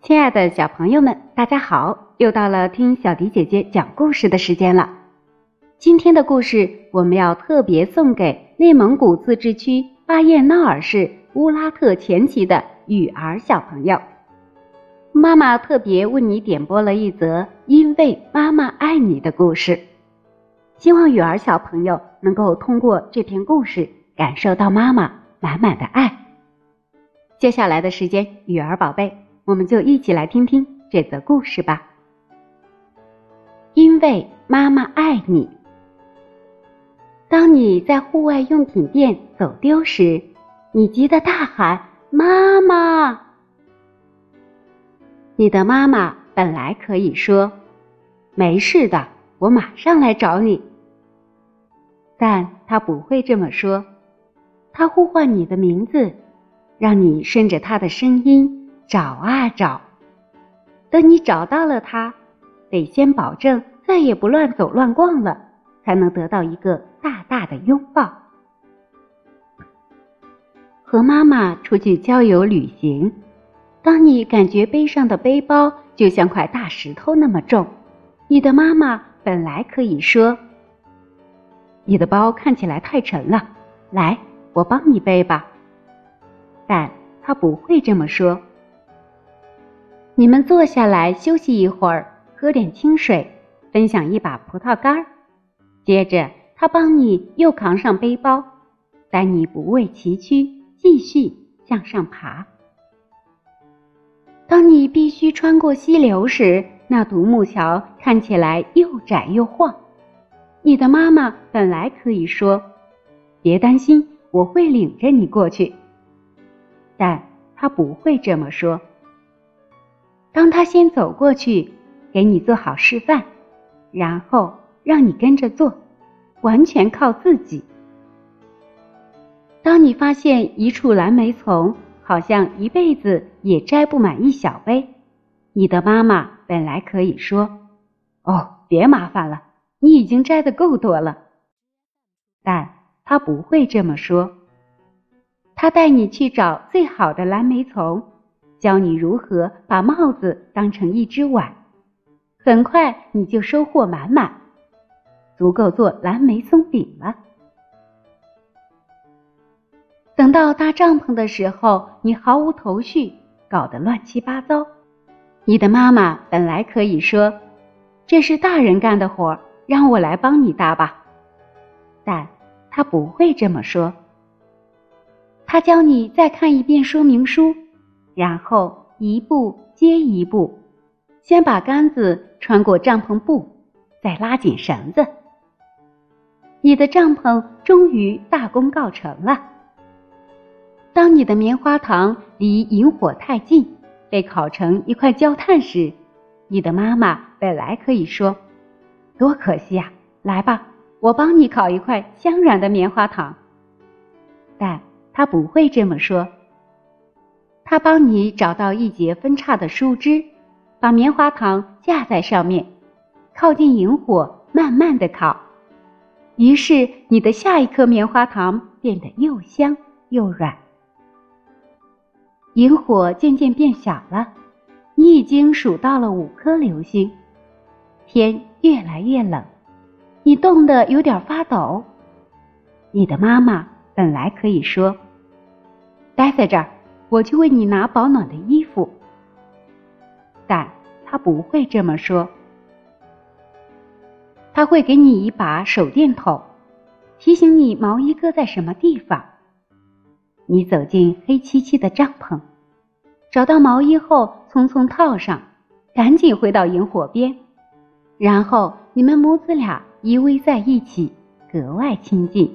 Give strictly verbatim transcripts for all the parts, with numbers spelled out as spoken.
亲爱的小朋友们，大家好！又到了听小迪姐姐讲故事的时间了。今天的故事我们要特别送给内蒙古自治区巴彦淖尔市乌拉特前旗的雨儿小朋友。妈妈特别为你点播了一则因为妈妈爱你的故事，希望雨儿小朋友能够通过这篇故事感受到妈妈满满的爱。接下来的时间，雨儿宝贝，我们就一起来听听这则故事吧。因为妈妈爱你。当你在户外用品店走丢时，你急得大喊妈妈。你的妈妈本来可以说没事的，我马上来找你，但她不会这么说。她呼唤你的名字，让你顺着她的声音找啊找。等你找到了她，得先保证再也不乱走乱逛了，才能得到一个大大的拥抱。和妈妈出去郊游旅行，当你感觉背上的背包就像块大石头那么重，你的妈妈本来可以说，你的包看起来太沉了，来，我帮你背吧。但她不会这么说。你们坐下来休息一会儿，喝点清水，分享一把葡萄干，接着她帮你又扛上背包，带你不畏崎岖，继续向上爬。当你必须穿过溪流时，那独木桥看起来又窄又晃。你的妈妈本来可以说，别担心，我会领着你过去。但她不会这么说。当她先走过去，给你做好示范，然后让你跟着做，完全靠自己。当你发现一处蓝莓丛好像一辈子也摘不满一小杯，你的妈妈本来可以说，哦，别麻烦了，你已经摘得够多了。但她不会这么说。她带你去找最好的蓝莓丛，教你如何把帽子当成一只碗，很快你就收获满满，足够做蓝莓松饼了。等到搭帐篷的时候，你毫无头绪，搞得乱七八糟。你的妈妈本来可以说，这是大人干的活，让我来帮你搭吧。但她不会这么说。她教你再看一遍说明书，然后一步接一步，先把杆子穿过帐篷布，再拉紧绳子。你的帐篷终于大功告成了。当你的棉花糖离引火太近，被烤成一块焦炭时，你的妈妈本来可以说，多可惜啊，来吧，我帮你烤一块香软的棉花糖。但她不会这么说。她帮你找到一节分叉的树枝，把棉花糖架在上面，靠近引火慢慢地烤。于是你的下一颗棉花糖变得又香又软。萤火渐渐变小了，你已经数到了五颗流星。天越来越冷，你冻得有点发抖。你的妈妈本来可以说，待在这儿，我去为你拿保暖的衣服。但她不会这么说。她会给你一把手电筒，提醒你毛衣搁在什么地方。你走进黑漆漆的帐篷，找到毛衣后匆匆套上，赶紧回到萤火边，然后你们母子俩依偎在一起，格外亲近。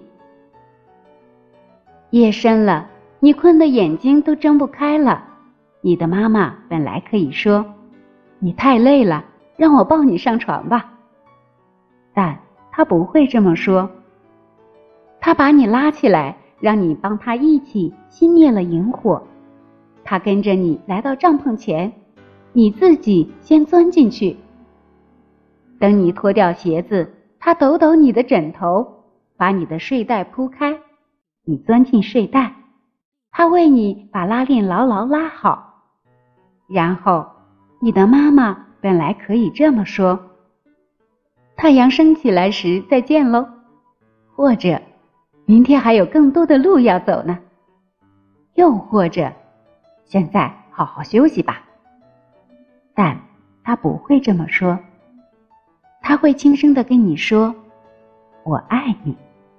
夜深了，你困得眼睛都睁不开了。你的妈妈本来可以说，你太累了，让我抱你上床吧。但她不会这么说。她把你拉起来，让你帮她一起熄灭了萤火。她跟着你来到帐篷前，你自己先钻进去。等你脱掉鞋子，她抖抖你的枕头，把你的睡袋铺开，你钻进睡袋，她为你把拉链牢牢拉好。然后你的妈妈本来可以这么说：太阳升起来时再见喽，或者明天还有更多的路要走呢，又或者现在好好休息吧。但他不会这么说，他会轻声地跟你说：我爱你。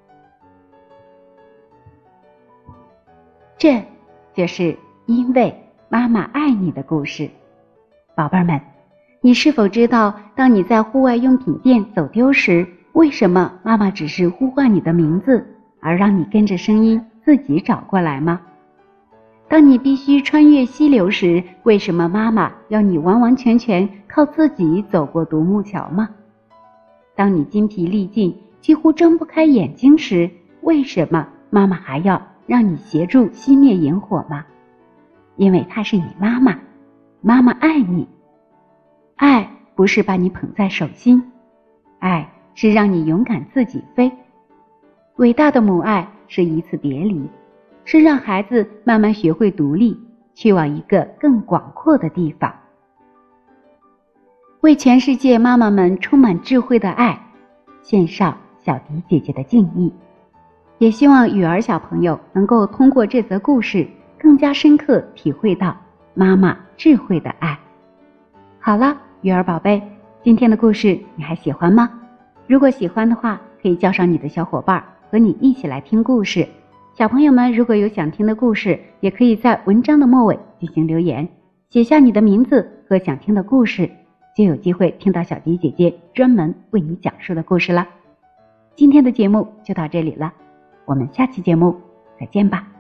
这就是因为妈妈爱你的故事。宝贝儿们，你是否知道，当你在户外用品店走丢时，为什么妈妈只是呼唤你的名字，而让你跟着声音自己找过来吗？当你必须穿越溪流时，为什么妈妈要你完完全全靠自己走过独木桥吗？当你筋疲力尽，几乎睁不开眼睛时，为什么妈妈还要让你协助熄灭萤火吗？因为她是你妈妈，妈妈爱你。爱不是把你捧在手心，爱是让你勇敢自己飞。伟大的母爱是一次别离，是让孩子慢慢学会独立，去往一个更广阔的地方。为全世界妈妈们充满智慧的爱，献上小迪姐姐的敬意。也希望雨儿小朋友能够通过这则故事，更加深刻体会到妈妈智慧的爱。好了，雨儿宝贝，今天的故事你还喜欢吗？如果喜欢的话，可以叫上你的小伙伴和你一起来听故事。小朋友们如果有想听的故事，也可以在文章的末尾进行留言，写下你的名字和想听的故事，就有机会听到小迪姐姐专门为你讲述的故事了。今天的节目就到这里了，我们下期节目再见吧。